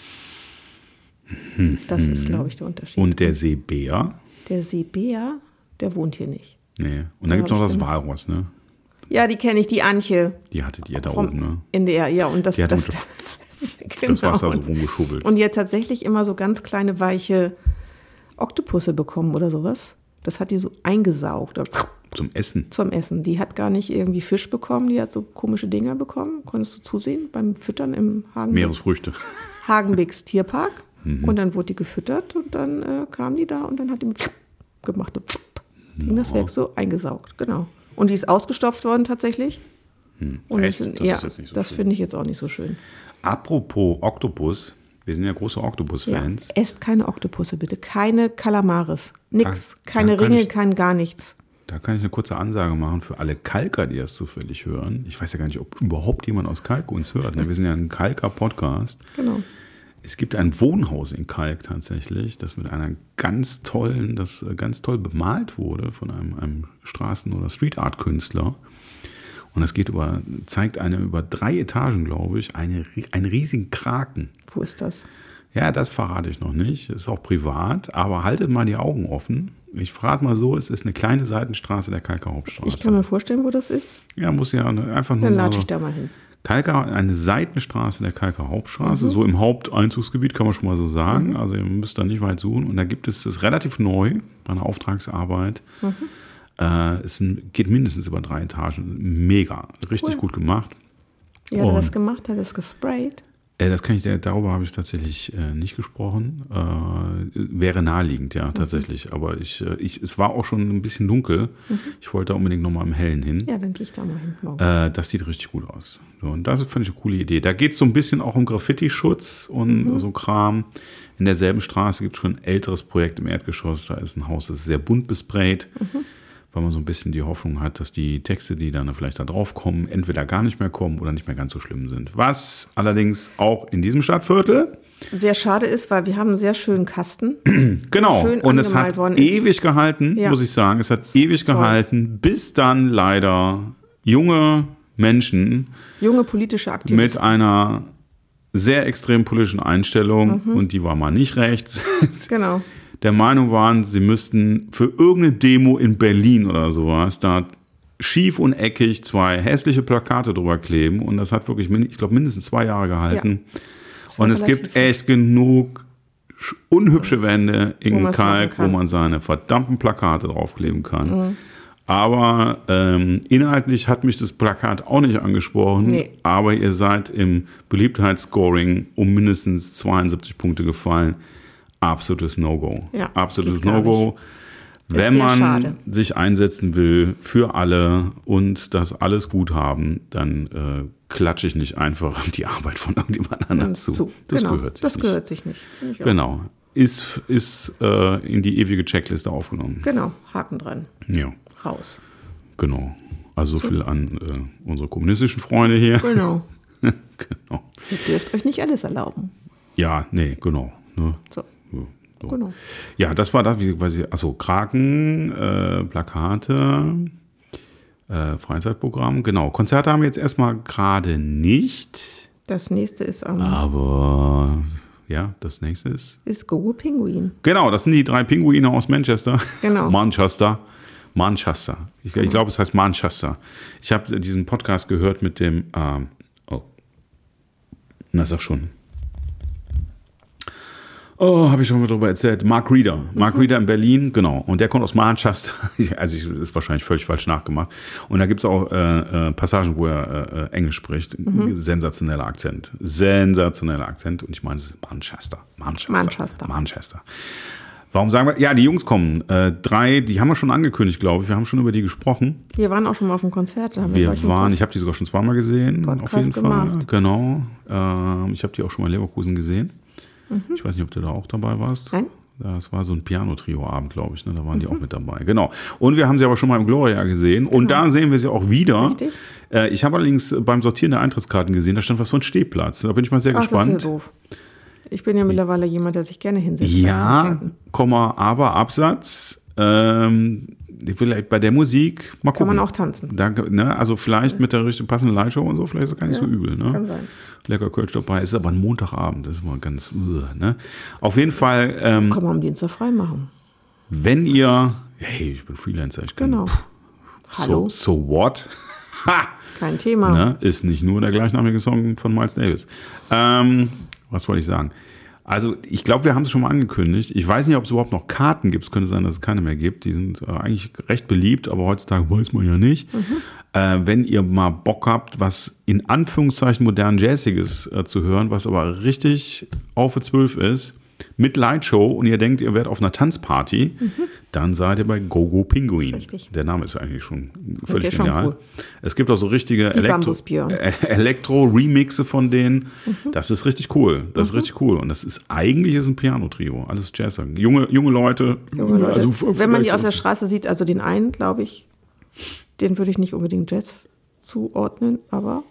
Hm, das hm. ist, glaube ich, der Unterschied. Und der Seebär? Der Seebär, der wohnt hier nicht. Nee. Und dann gibt es noch das Walross, ne? Ja, die kenne ich, die Antje. Die hattet ihr da oben, ne? In der, ja, und das, die hat das, das, genau. das Wasser so rumgeschubbelt. Und die hat tatsächlich immer so ganz kleine, weiche Oktopusse bekommen oder sowas. Das hat die so eingesaugt. Zum Essen? Zum Essen. Die hat gar nicht irgendwie Fisch bekommen, die hat so komische Dinger bekommen. Konntest du zusehen beim Füttern im Hagenbeck? Meeresfrüchte. Hagenbecks Tierpark. Mhm. Und dann wurde die gefüttert und dann äh, kam die da und dann hat die gemacht und ging das Werk so eingesaugt. Genau. Und die ist ausgestopft worden tatsächlich. Hm. Und Echt? das, Das ja, ist jetzt nicht so das finde ich jetzt auch nicht so schön. Apropos Oktopus, wir sind ja große Oktopus-Fans. Ja, esst keine Oktopusse bitte, keine Kalamares, nix, Da- keine da kann Ringe, ich- kein gar nichts. Da kann ich eine kurze Ansage machen für alle Kalker, die das zufällig hören. Ich weiß ja gar nicht, ob überhaupt jemand aus Kalk uns hört. Ne? Wir sind ja ein Kalker-Podcast. Genau. Es gibt ein Wohnhaus in Kalk tatsächlich, das mit einer ganz tollen, das äh, ganz toll bemalt wurde von einem, einem Straßen- oder Street-Art-Künstler. Und das geht über, zeigt eine über drei Etagen, glaube ich, eine, einen riesigen Kraken. Wo ist das? Ja, das verrate ich noch nicht. Ist auch privat, aber haltet mal die Augen offen. Ich frage mal so, es ist eine kleine Seitenstraße der Kalker Hauptstraße. Ich kann mir vorstellen, wo das ist. Ja, muss ja einfach nur Dann mal latsche so. ich da mal hin. Kalker, eine Seitenstraße der Kalker Hauptstraße, Mhm. so im Haupteinzugsgebiet, kann man schon mal so sagen. Also ihr müsst da nicht weit suchen. Und da gibt es das relativ neu, bei einer Auftragsarbeit. Mhm. Äh, es sind- geht mindestens über drei Etagen. Mega, richtig Cool. gut gemacht. Wie hat er das Und- gemacht? Hat er das gesprayt? Äh, das kann ich, darüber habe ich tatsächlich äh, nicht gesprochen. Äh, wäre naheliegend, ja, tatsächlich. Aber ich, äh, ich, es war auch schon ein bisschen dunkel. Ich wollte da unbedingt nochmal im Hellen hin. Ja, dann gehe ich da mal hin morgen. Äh, das sieht richtig gut aus. So, und das fand ich eine coole Idee. Da geht es so ein bisschen auch um Graffiti-Schutz und so Kram. In derselben Straße gibt es schon ein älteres Projekt im Erdgeschoss. Da ist ein Haus, das ist sehr bunt besprayt, weil man so ein bisschen die Hoffnung hat, dass die Texte, die dann vielleicht da drauf kommen, entweder gar nicht mehr kommen oder nicht mehr ganz so schlimm sind. Was allerdings auch in diesem Stadtviertel, Sehr schade ist, weil wir haben einen sehr schönen Kasten. genau, schön und es angemalt hat worden ist. ewig gehalten, Ja. muss ich sagen. Es hat ewig Toll. gehalten, bis dann leider junge Menschen Junge politische mit Aktivisten. einer sehr extrem politischen Einstellung, und die war mal nicht rechts, Genau. der Meinung waren, sie müssten für irgendeine Demo in Berlin oder sowas da schief und eckig zwei hässliche Plakate drüber kleben. Und das hat wirklich, min- ich glaube, mindestens zwei Jahre gehalten. Das war Und es relativ gibt echt genug sch- unhübsche Wände Wo in man's Kalk, machen wo kann. man seine verdammten Plakate draufkleben kann. Aber ähm, inhaltlich hat mich das Plakat auch nicht angesprochen. Nee. Aber ihr seid im Beliebtheitsscoring um mindestens zweiundsiebzig Punkte gefallen. Absolutes No-Go. Ja, Absolutes geht gar No-Go. Ist Wenn sehr man schade. sich einsetzen will für alle und das alles gut haben, dann äh, klatsche ich nicht einfach die Arbeit von irgendjemand anderem Ganz zu. zu. Das genau. gehört sich das nicht. gehört sich nicht. Finde ich auch. Genau. Ist, ist äh, in die ewige Checkliste aufgenommen. Genau, Haken dran. Ja, Raus. genau. Also so viel an äh, unsere kommunistischen Freunde hier. Genau. Genau. Ihr dürft euch nicht alles erlauben. Ja, nee, genau. Ne? So, So, so. genau. Ja, das war das, wie weiß ich, achso, Kraken, äh, Plakate, äh, Freizeitprogramm, genau. Konzerte haben wir jetzt erstmal gerade nicht, Das nächste ist am aber ja, das nächste ist. ist Go Pinguin. Genau, das sind die drei Pinguine aus Manchester. Genau. Manchester. Manchester. Ich, ich glaube, es heißt Manchester. Ich habe diesen Podcast gehört mit dem, ähm, oh, na sag schon. Oh, habe ich schon mal darüber erzählt. Mark Reeder. Mark Reeder in Berlin, genau. Und der kommt aus Manchester. Also, ich, das ist wahrscheinlich völlig falsch nachgemacht. Und da gibt es auch äh, äh, Passagen, wo er äh, Englisch spricht. Mhm. Sensationeller Akzent. Sensationeller Akzent. Und ich meine, es ist Manchester. Manchester. Manchester. Manchester. Warum sagen wir, ja, die Jungs kommen. Äh, drei, die haben wir schon angekündigt, glaube ich. Wir haben schon über die gesprochen. Wir waren auch schon mal auf dem Konzert. Da haben wir wir waren, ich habe die sogar schon zweimal gesehen. Podcast auf jeden gemacht. Fall. Genau. Ähm, ich habe die auch schon mal in Leverkusen gesehen. Mhm. Ich weiß nicht, ob du da auch dabei warst. Nein. Das war so ein Piano-Trio-Abend, glaube ich. Ne? Da waren mhm. die auch mit dabei. Genau. Und wir haben sie aber schon mal im Gloria gesehen. Genau. Und da sehen wir sie auch wieder. Richtig. Äh, ich habe allerdings beim Sortieren der Eintrittskarten gesehen, da stand was von Stehplatz. Da bin ich mal sehr Ach, gespannt. Das ist ja doof. Ich bin ja mittlerweile jemand, der sich gerne hinsetzt. Ja, Komma, aber Absatz. Ähm, vielleicht bei der Musik, mal gucken. Kann man auch tanzen. Da, ne, also vielleicht mit der richtigen passenden Lightshow und so, vielleicht ist das gar nicht ja, so übel. Ne? Kann sein. Lecker Kölsch dabei, ist aber ein Montagabend, das ist mal ganz, uh, ne? Auf jeden Fall. Ähm, kann man am Dienstag frei machen. Wenn ihr, hey, ich bin Freelancer, ich kann. Genau. Pff, Hallo. So, so what? Ha! Kein Thema. Ne? Ist nicht nur der gleichnamige Song von Miles Davis. Ähm, was wollte ich sagen? Also ich glaube, wir haben es schon mal angekündigt. Ich weiß nicht, ob es überhaupt noch Karten gibt. Es könnte sein, dass es keine mehr gibt. Die sind äh, eigentlich recht beliebt, aber heutzutage weiß man ja nicht. Mhm. Äh, wenn ihr mal Bock habt, was in Anführungszeichen modern Jazziges äh, zu hören, was aber richtig auf für zwölf ist, mit Lightshow und ihr denkt, ihr werdet auf einer Tanzparty, mhm. dann seid ihr bei Gogo Pinguin. Richtig. Der Name ist eigentlich schon völlig ist schon genial. Cool. Es gibt auch so richtige Elektro- äh, Elektro-Remixe von denen. Mhm. Das ist richtig cool. Das mhm. ist richtig cool. Und das ist eigentlich ist ein Piano-Trio. Alles Jazzer. Junge, junge Leute. Junge Leute. Also, wenn man die auf der Straße sieht, also den einen, glaube ich, den würde ich nicht unbedingt Jazz zuordnen, aber...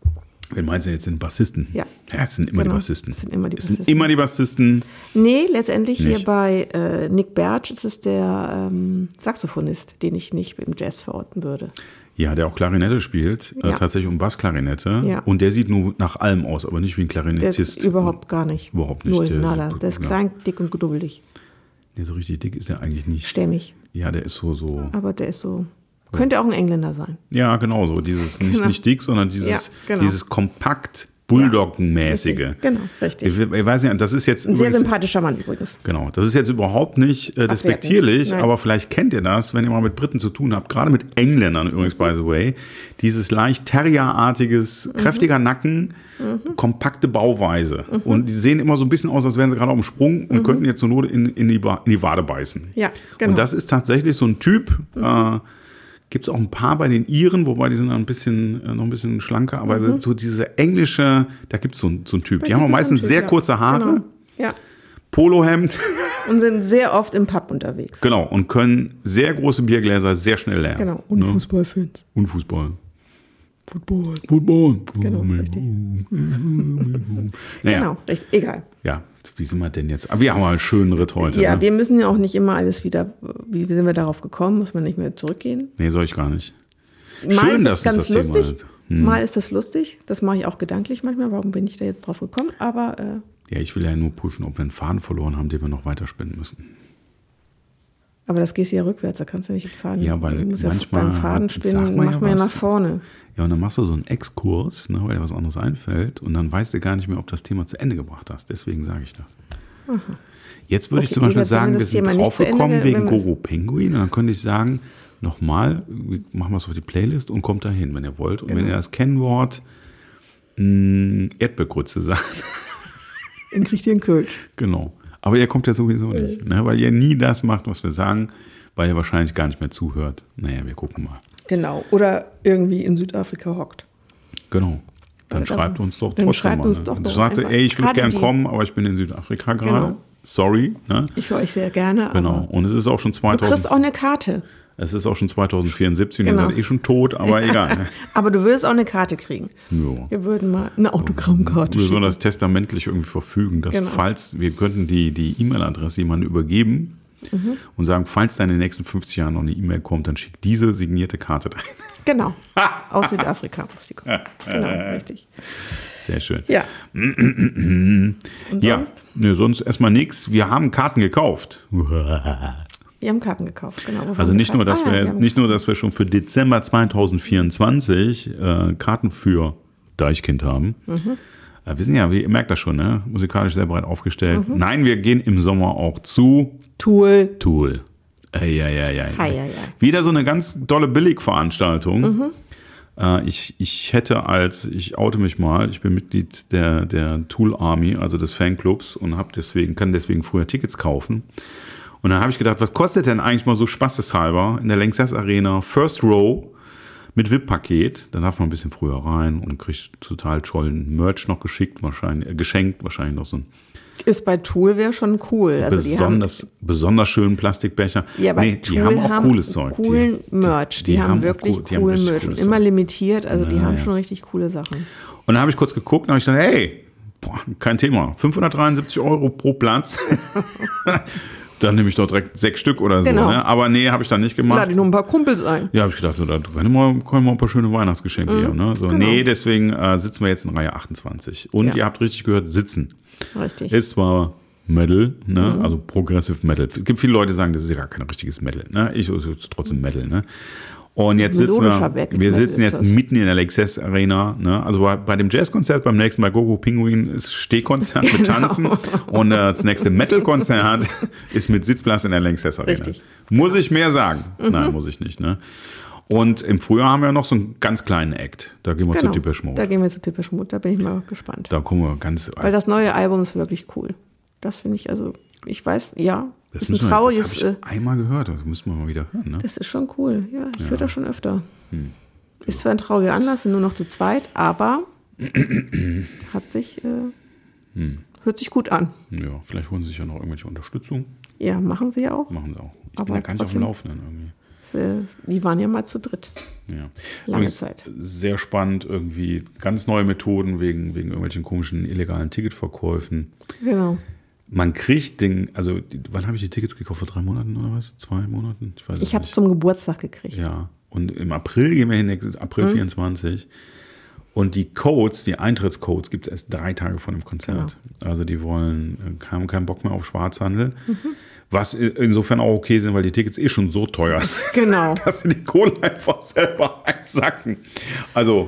Wen meinst du jetzt, den Bassisten? Ja. Ja, es sind immer genau. die Bassisten. Es sind immer die es Bassisten. sind immer die Bassisten. Nee, letztendlich nicht. hier bei äh, Nick Berge ist es der ähm, Saxophonist, den ich nicht im Jazz verorten würde. Ja, der auch Klarinette spielt, ja. äh, tatsächlich um Bassklarinette. Ja. Und der sieht nur nach allem aus, aber nicht wie ein Klarinettist. Der ist überhaupt gar nicht. Überhaupt nicht. Null, der nada. Ist, der ist klein, dick und gedubbelig. Nee, so richtig dick ist er eigentlich nicht. Stämmig. Ja, der ist so, so. Aber der ist so... Könnte auch ein Engländer sein. Ja, genau so. Dieses nicht, genau. nicht dick, sondern dieses, ja, genau. dieses kompakt Bulldoggen-mäßige. Ja, genau, richtig. Ich, ich weiß nicht, das ist jetzt ein sehr übrigens, sympathischer Mann übrigens. Genau, das ist jetzt überhaupt nicht äh, despektierlich, Nein. aber vielleicht kennt ihr das, wenn ihr mal mit Briten zu tun habt, gerade mit Engländern übrigens, by the way, dieses leicht Terrierartiges, mhm. kräftiger Nacken, mhm. kompakte Bauweise. Mhm. Und die sehen immer so ein bisschen aus, als wären sie gerade auf dem Sprung und mhm. könnten jetzt zur Not in, in, die, in die Wade beißen. Ja, genau. Und das ist tatsächlich so ein Typ, mhm. äh, gibt es auch ein paar bei den Iren, wobei die sind noch ein bisschen, äh, noch ein bisschen schlanker, aber mhm. so diese englische, da gibt es so, so einen Typ. Da die haben meistens typ, sehr ja. kurze Haare, genau. ja. Polohemd. Und sind sehr oft im Pub unterwegs. Genau, und können sehr große Biergläser sehr schnell leeren. Genau, und ne? Fußballfans. Und Fußball. Football. Football. Genau, richtig. naja. Genau, richtig. Egal. Ja, wie sind wir denn jetzt? Aber wir haben mal einen schönen Ritt heute. Ja, ne? wir müssen ja auch nicht immer alles wieder, wie sind wir darauf gekommen? Muss man nicht mehr zurückgehen? Nee, soll ich gar nicht. Mal Schön, ist dass es ganz das lustig. Thema hm. Mal ist das lustig. Das mache ich auch gedanklich manchmal. Warum bin ich da jetzt drauf gekommen? Aber äh, ja, ich will ja nur prüfen, ob wir einen Faden verloren haben, den wir noch weiterspinnen müssen. Aber das gehst du ja rückwärts, da kannst du nicht den Faden. Ja, weil du musst manchmal ja beim Faden spinnen, man macht man ja nach vorne. Ja, und dann machst du so einen Exkurs, ne, weil dir was anderes einfällt und dann weißt du gar nicht mehr, ob das Thema zu Ende gebracht hast. Deswegen sage ich das. Aha. Jetzt würde okay, ich zum Beispiel sagen, wir sind draufgekommen wegen Gogo Pinguin und dann könnte ich sagen, nochmal, machen wir es auf die Playlist und kommt dahin, wenn ihr wollt. Und genau. wenn ihr das Kennwort mh, Erdbeergrütze sagt. Dann kriegt ihr einen Kölsch. Genau. Aber ihr kommt ja sowieso nicht, ne, weil ihr nie das macht, was wir sagen, weil ihr wahrscheinlich gar nicht mehr zuhört. Naja, wir gucken mal. Genau. Oder irgendwie in Südafrika hockt. Genau. Dann ja, schreibt uns doch dann trotzdem mal. Uns ne? doch Ich sagte, ey, ich würde gern kommen, aber ich bin in Südafrika gerade. Genau. Sorry. Ne? Ich höre euch sehr gerne. Genau. Und es ist auch schon zweitausend. Du kriegst auch eine Karte. Es ist auch schon zweitausendvierundsiebzig und genau. ihr seid eh schon tot, aber egal. Ne? Aber du würdest auch eine Karte kriegen. Ja. Wir würden mal eine Autogrammkarte Wir sollen das testamentlich irgendwie verfügen, dass genau. falls, wir könnten die die E-Mail-Adresse jemandem übergeben mhm. und sagen, falls da in den nächsten fünfzig Jahren noch eine E-Mail kommt, dann schickt diese signierte Karte rein. Genau. Aus Südafrika muss die kommen. Genau, richtig. Sehr schön. Ja. Und ja, sonst? Ne, sonst erstmal nichts. Wir haben Karten gekauft. Wir haben Karten gekauft, genau. Also nicht nur, dass ah, wir, ja, wir nicht nur, dass wir schon für Dezember zweitausendvierundzwanzig äh, Karten für Deichkind haben. Mhm. Äh, wir sind ja, wie ihr merkt das schon, ne? Musikalisch sehr breit aufgestellt. Mhm. Nein, wir gehen im Sommer auch zu Tool. Tool. Äh, ja, ja, ja. Hi, ja, ja. Wieder so eine ganz dolle Billigveranstaltung. Mhm. Äh, ich, ich hätte als, ich oute mich mal, ich bin Mitglied der, der Tool Army, also des Fanclubs und hab deswegen, kann deswegen früher Tickets kaufen. Und dann habe ich gedacht, was kostet denn eigentlich mal so spaßeshalber in der Lanxess Arena First Row mit V I P-Paket? Da darf man ein bisschen früher rein und kriegt total tollen Merch noch geschickt, wahrscheinlich, äh, geschenkt, wahrscheinlich noch so ein ist bei Tool wäre schon cool. Also besonders, die haben, besonders schönen Plastikbecher. Ja, nee, Tool die haben auch haben cooles Zeug. Coolen die, Merch. Die, die, die haben, haben wirklich cool, coolen Merch. Und immer limitiert. Also die ja, haben ja. schon richtig coole Sachen. Und dann habe ich kurz geguckt und habe ich gedacht, hey, boah, kein Thema. fünfhundertdreiundsiebzig Euro pro Platz. Dann nehme ich doch direkt sechs Stück oder so. Genau. Ne? Aber nee, habe ich dann nicht gemacht. Lade ich noch ein paar Kumpels ein. Ja, habe ich gedacht, so, da können wir, können wir ein paar schöne Weihnachtsgeschenke mhm, hier. Ne? So, genau. Nee, deswegen äh, sitzen wir jetzt in Reihe achtundzwanzig. Und ja. ihr habt richtig gehört, sitzen. Richtig. Ist zwar Metal, ne? Mhm. Also Progressive Metal. Es gibt viele Leute, die sagen, das ist ja gar kein richtiges Metal. Ne? Ich ist trotzdem Metal. Ne? Und jetzt sitzen wir, wir sitzen jetzt mitten in der Lanxess Arena. Ne? Also bei, bei dem Jazzkonzert, beim nächsten bei Gogo Pinguin ist Stehkonzert mit genau. Tanzen und das nächste Metal-Konzert ist mit Sitzplatz in der Lanxess Arena. Richtig. Muss ich mehr sagen? Mhm. Nein, muss ich nicht. Ne? Und im Frühjahr haben wir noch so einen ganz kleinen Act. Da gehen wir genau. zu Depeche Mode. Da gehen wir zu Depeche Mode, da bin ich mal gespannt. Da kommen wir ganz... Weil das neue Album ist wirklich cool. Das finde ich, also ich weiß, ja, das ist ein trauriges... Das habe ich einmal gehört, das müssen wir mal wieder hören. Ne? Das ist schon cool, ja, ich ja. höre das schon öfter. Hm. Ist zwar ein trauriger Anlass, sind nur noch zu zweit, aber hat sich, äh, hm. hört sich gut an. Ja, vielleicht holen sie sich ja noch irgendwelche Unterstützung. Ja, machen sie ja auch. Machen sie auch. Ich aber bin ja gar nicht auf dem Laufenden irgendwie. Die waren ja mal zu dritt. Ja. Lange Zeit. Sehr spannend, irgendwie ganz neue Methoden wegen, wegen irgendwelchen komischen illegalen Ticketverkäufen. Genau. Man kriegt den, also wann habe ich die Tickets gekauft? Vor drei Monaten oder was? Zwei Monaten? Ich weiß Ich habe es zum Geburtstag gekriegt. Ja, und im April gehen wir hin, April mhm. vierundzwanzig. Und die Codes, die Eintrittscodes gibt es erst drei Tage vor dem Konzert. Genau. Also die wollen, haben keinen Bock mehr auf Schwarzhandel. Mhm. Was insofern auch okay sind, weil die Tickets eh schon so teuer sind. Genau. Dass sie die Kohle einfach selber einsacken. Also,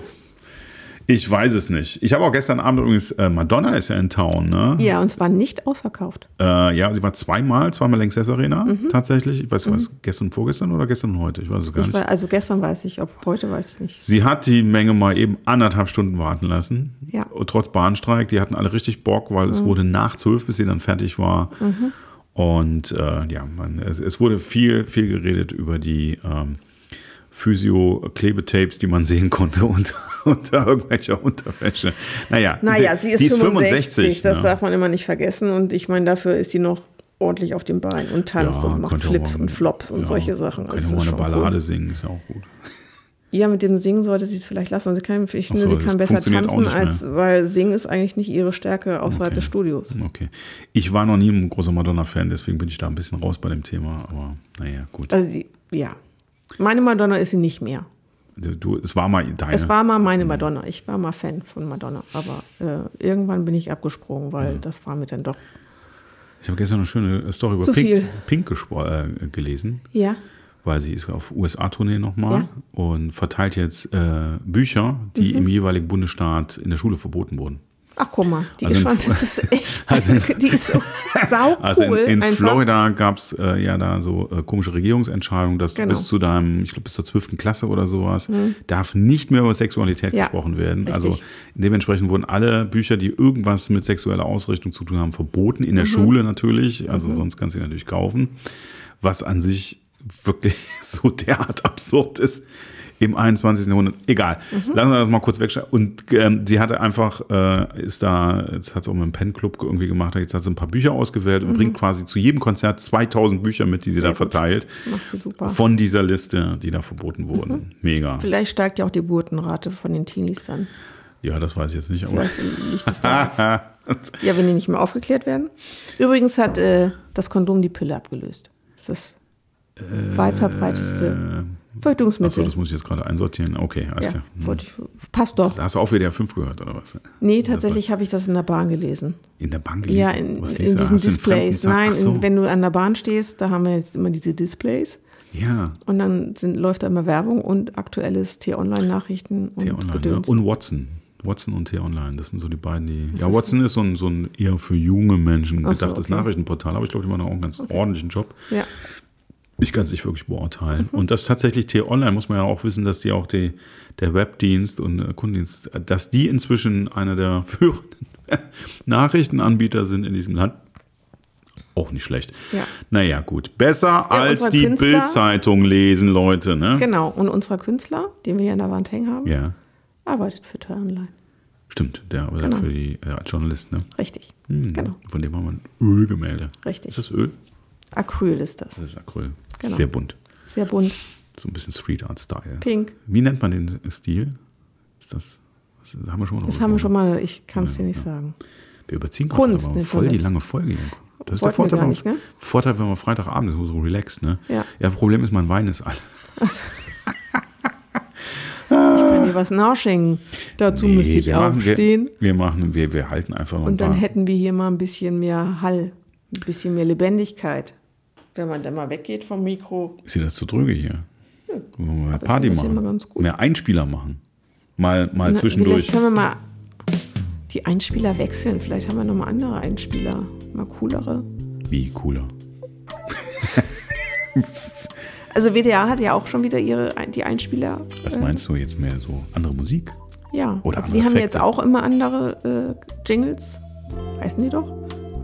ich weiß es nicht. Ich habe auch gestern Abend übrigens, äh, Madonna ist ja in Town, ne? Ja, und es war nicht ausverkauft. Äh, ja, sie war zweimal, zweimal Lanxess Arena, mhm. tatsächlich. Ich weiß nicht, mhm. was gestern und vorgestern oder gestern und heute? Ich weiß es gar ich nicht. War, also gestern weiß ich, ob heute weiß ich nicht. Sie hat die Menge mal eben anderthalb Stunden warten lassen. Ja. Trotz Bahnstreik. Die hatten alle richtig Bock, weil mhm. es wurde nach zwölf, bis sie dann fertig war. Mhm. Und äh, ja, man, es, es wurde viel, viel geredet über die ähm, Physio-Klebetapes, die man sehen konnte unter, unter irgendwelcher Unterwäsche. Naja, naja sie, sie ist, die ist fünfundsechzig, fünfundsechzig, das ne? darf man immer nicht vergessen. Und ich meine, dafür ist sie noch ordentlich auf dem Bein und tanzt ja, und macht Flips mal, und Flops und ja, solche Sachen. Kann ja mal eine Ballade cool. singen, ist ja auch gut. Ja, mit dem Singen sollte sie es vielleicht lassen. Also kann, ich finde, so, sie kann besser tanzen, als, weil Singen ist eigentlich nicht ihre Stärke außerhalb okay. des Studios. Okay. Ich war noch nie ein großer Madonna-Fan, deswegen bin ich da ein bisschen raus bei dem Thema. Aber naja, gut. Also sie, ja. Meine Madonna ist sie nicht mehr. Du, es war mal deine. Es war mal meine Madonna. Ich war mal Fan von Madonna. Aber äh, irgendwann bin ich abgesprungen, weil ja. das war mir dann doch Ich habe gestern eine schöne Story über Pink, Pink gespro- äh, gelesen. Ja. Weil sie ist auf U S A-Tournee nochmal ja. und verteilt jetzt äh, Bücher, die mhm. im jeweiligen Bundesstaat in der Schule verboten wurden. Ach, guck mal, die also ist schon, das ist echt, also in, die ist so saucool. Also in, in Florida gab es äh, ja da so äh, komische Regierungsentscheidungen, dass genau. du bis zu deinem, ich glaube bis zur zwölften Klasse oder sowas, mhm. darf nicht mehr über Sexualität ja, gesprochen werden. Richtig. Also dementsprechend wurden alle Bücher, die irgendwas mit sexueller Ausrichtung zu tun haben, verboten, in der mhm. Schule natürlich, also mhm. sonst kannst du sie natürlich kaufen, was an sich wirklich so derart absurd ist im einundzwanzigsten Jahrhundert. Egal, mhm. lassen wir das mal kurz wegschauen. Und ähm, sie hatte einfach, äh, ist da, das hat sie auch mit einem Pen-Club irgendwie gemacht, jetzt hat sie ein paar Bücher ausgewählt und mhm. bringt quasi zu jedem Konzert zweitausend Bücher mit, die sie Sehr da verteilt. Macht sie super. Von dieser Liste, die da verboten wurden. Mhm. Mega. Vielleicht steigt ja auch die Geburtenrate von den Teenies dann. Ja, das weiß ich jetzt nicht. Aber Vielleicht liegt es da. Ja, wenn die nicht mehr aufgeklärt werden. Übrigens hat äh, das Kondom die Pille abgelöst. Das ist das weit verbreiteste Verhütungsmittel. Achso, das muss ich jetzt gerade einsortieren. Okay, alles ja, klar. Hm. Passt doch. Da hast du auch W D R fünf gehört, oder was? Nee, tatsächlich habe ich das in der Bahn gelesen. In der Bahn gelesen? Ja, in, in diesen Displays. Nein, so. in, wenn du an der Bahn stehst, da haben wir jetzt immer diese Displays. Ja. Und dann sind, läuft da immer Werbung und aktuelles T-Online-Nachrichten und T-Online, Gedöns. Ja. Und Watson. Watson und T-Online, das sind so die beiden, die... Das ja, Watson ist so ein, so ein eher für junge Menschen gedachtes so, okay. Nachrichtenportal, aber ich glaube, die machen auch einen ganz okay. ordentlichen Job. Ja. Ich kann es nicht wirklich beurteilen. Mhm. Und das tatsächlich T-Online, muss man ja auch wissen, dass die auch die, der Webdienst und äh, Kundendienst, dass die inzwischen einer der führenden Nachrichtenanbieter sind in diesem Land. Auch nicht schlecht. Ja. Naja, gut. Besser Ja, als unsere die Künstler- Bild-Zeitung lesen, Leute. Ne? Genau. Und unser Künstler, den wir hier an der Wand hängen haben, Ja, arbeitet für T-Online. stimmt. Der arbeitet Genau. für die äh, Journalist. Ne? Richtig. Hm, Genau. Von dem haben wir ein Ölgemälde. Richtig. Ist das Öl? Acryl ist das. Das ist Acryl. Genau. Sehr bunt. Sehr bunt. So ein bisschen Street Art Style. Pink. Wie nennt man den Stil? Ist das, das haben wir schon mal Das haben wir schon mal. mal, ich kann es dir nicht sagen. Wir überziehen Kunst gerade aber nennt voll man die das. lange Folge. hier. Das ist der Wollten wir Vorteil, gar wenn- nicht, ne? Vorteil, wenn man Freitagabend ist, so relaxed. Ne? Ja. Ja, Problem ist, mein Wein ist alle. Ich kann dir was nachschenken. Dazu Nee, müsste ich wir machen- aufstehen. Wir, wir machen, wir, wir halten einfach noch ein Und dann paar. hätten wir hier mal ein bisschen mehr Hall, ein bisschen mehr Lebendigkeit. Wenn man dann mal weggeht vom Mikro. Ist dir das zu dröge hier? Wollen wir mal Aber ich Party finde das machen? immer ganz gut. Mehr Einspieler machen. Mal, mal Na, zwischendurch. Vielleicht können wir mal die Einspieler wechseln. Vielleicht haben wir noch mal andere Einspieler. Mal coolere. Wie cooler. Also W D R hat ja auch schon wieder ihre die Einspieler. Was äh, meinst du jetzt mehr so? Andere Musik? Ja, Oder also andere die haben Effekte? jetzt auch immer andere äh, Jingles. Heißen die doch?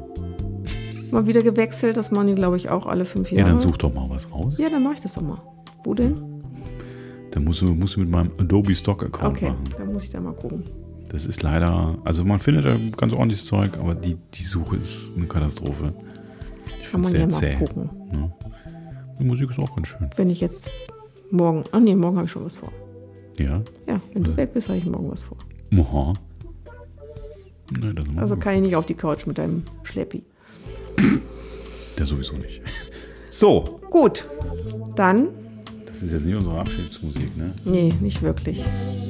Mal wieder gewechselt. Das machen die, glaube ich, auch alle fünf Ja, Jahre. dann such doch mal was raus. Ja, dann mache ich das doch mal. Wo denn? Dann musst du, musst du mit meinem Adobe Stock Account Okay, machen. dann muss ich da mal gucken. Das ist leider, also man findet da ganz ordentliches Zeug, aber die, die Suche ist eine Katastrophe. Ich Kann finde es man sehr ja mal zäh. gucken. Ne? Die Musik ist auch ganz schön. Wenn ich jetzt morgen, ach nee, morgen habe ich schon was vor. Ja. Ja, wenn du weg bist, habe ich morgen was vor. Moha. Nee, das Also kann ich nicht auf die Couch mit deinem Schleppi. der sowieso nicht. So, Gut, dann, das ist jetzt nicht unsere Abschiedsmusik, ne? nee, nicht wirklich.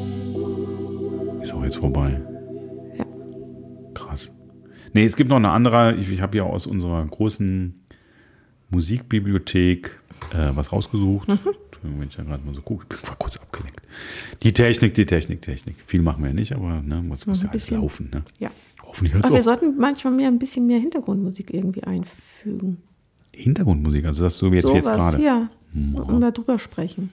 Ist auch jetzt vorbei. Ja. Krass. Nee, es gibt noch eine andere. Ich, ich habe ja aus unserer großen Musikbibliothek äh, was rausgesucht. Mhm. Entschuldigung, wenn ich da gerade mal so gucke. Ich war kurz abgelenkt. Die Technik, die Technik, Technik. Viel machen wir ja nicht, aber ne, muss, muss ein ja alles bisschen. laufen. Ne? Ja. Hoffentlich hört Aber wir es auch. sollten manchmal mehr ein bisschen mehr Hintergrundmusik irgendwie einfügen. Hintergrundmusik, also das so wie jetzt, wie jetzt Sowas, gerade. ja. Hm, Und darüber sprechen.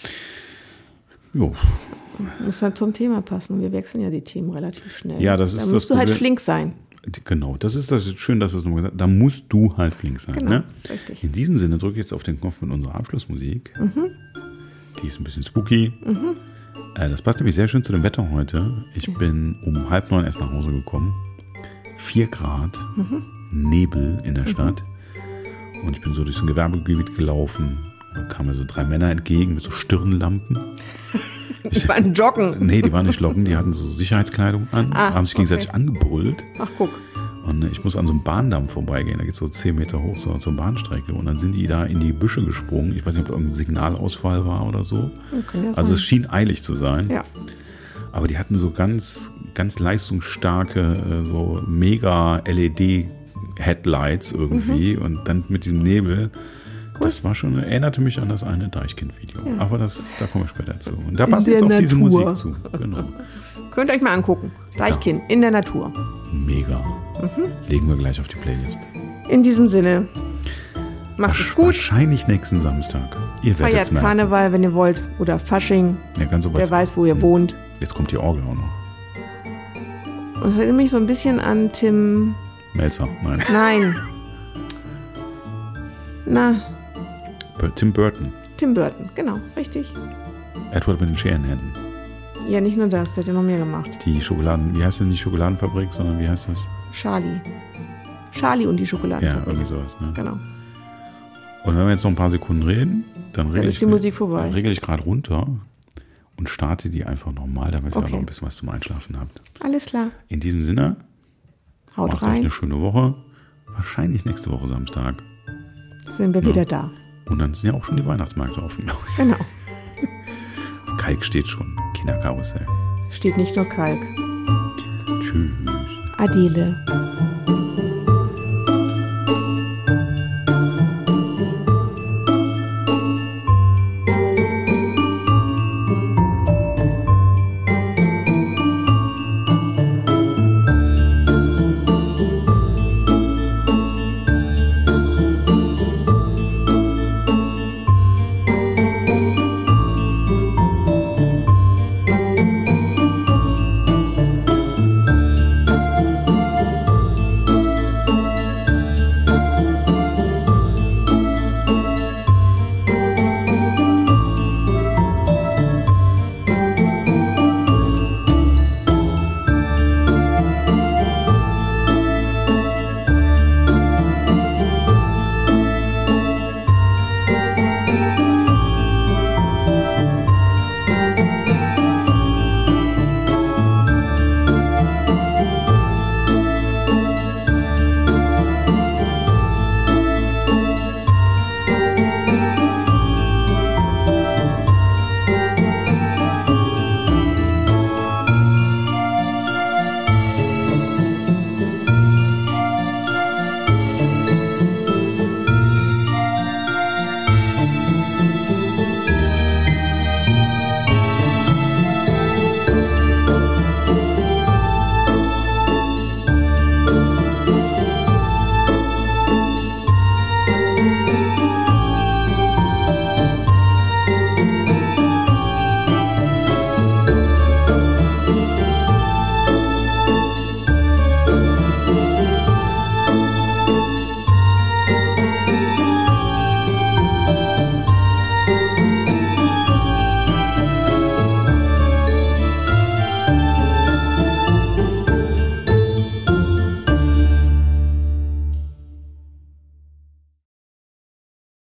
Jo. Muss halt zum Thema passen. Wir wechseln ja die Themen relativ schnell. Ja, das da ist musst das du halt Problem. flink sein. Genau, das ist das schön, dass du es nochmal gesagt hast. Da musst du halt flink sein. Genau, Ne? richtig. In diesem Sinne drücke ich jetzt auf den Knopf mit unserer Abschlussmusik. Mhm. Die ist ein bisschen spooky. Äh, das passt nämlich sehr schön zu dem Wetter heute. Ich bin um halb neun erst nach Hause gekommen. Vier Grad, Mhm. Nebel in der Stadt. Und ich bin so durch so ein Gewerbegebiet gelaufen. Da kamen mir so drei Männer entgegen mit so Stirnlampen. Ich war ein Joggen. Nee, die waren nicht Locken, die hatten so Sicherheitskleidung an, Ah, haben sich gegenseitig okay. angebrüllt. Ach, guck. Und ich muss an so einem Bahndamm vorbeigehen, da geht es so zehn Meter hoch so, zur Bahnstrecke. Und dann sind die da in die Büsche gesprungen. Ich weiß nicht, ob da irgendein Signalausfall war oder so. Ja, kann ja Also sein. es schien eilig zu sein. Ja. Aber die hatten so ganz, ganz leistungsstarke, äh, so mega L E D-Headlights irgendwie. Mhm. Und dann mit diesem Nebel. Das war schon, erinnerte mich an das eine Deichkind-Video. Ja. Aber das, da komme ich später zu. Und da In passt der jetzt auch diese Natur. Musik zu. Genau. Könnt ihr euch mal angucken. Deichkind in der Natur. Mega. Mhm. Legen wir gleich auf die Playlist. In diesem Sinne, macht es gut. Wahrscheinlich nächsten Samstag. Ihr werdet es Feiert merken. Karneval, wenn ihr wollt. Oder Fasching. Ja, ganz so Wer weit- weiß, wo ihr Hm. wohnt. Jetzt kommt die Orgel auch noch. Und es erinnert mich so ein bisschen an Tim. Melzer, nein. Nein. Na, Tim Burton. Tim Burton. Genau, richtig. Edward mit den Scherenhänden. Ja, nicht nur das, der hat ja noch mehr gemacht. Die Schokoladen, wie heißt denn nicht Schokoladenfabrik, sondern wie heißt das? Charlie. Charlie und die Schokolade. Ja, irgendwie sowas. Ne? Genau. Und wenn wir jetzt noch ein paar Sekunden reden, dann, Dann regel ist ich, die Musik vorbei. dann regel ich gerade runter und starte die einfach nochmal, damit ihr Okay. noch ein bisschen was zum Einschlafen habt. Alles klar. In diesem Sinne, Haut macht euch rein. eine schöne Woche. Wahrscheinlich nächste Woche Samstag. Sind wir Ja. wieder da. Und dann sind ja auch schon die Weihnachtsmärkte offen, glaube ich. Genau. Kalk steht schon. Kinderkarussell. Steht nicht nur Kalk. Tschüss. Adele.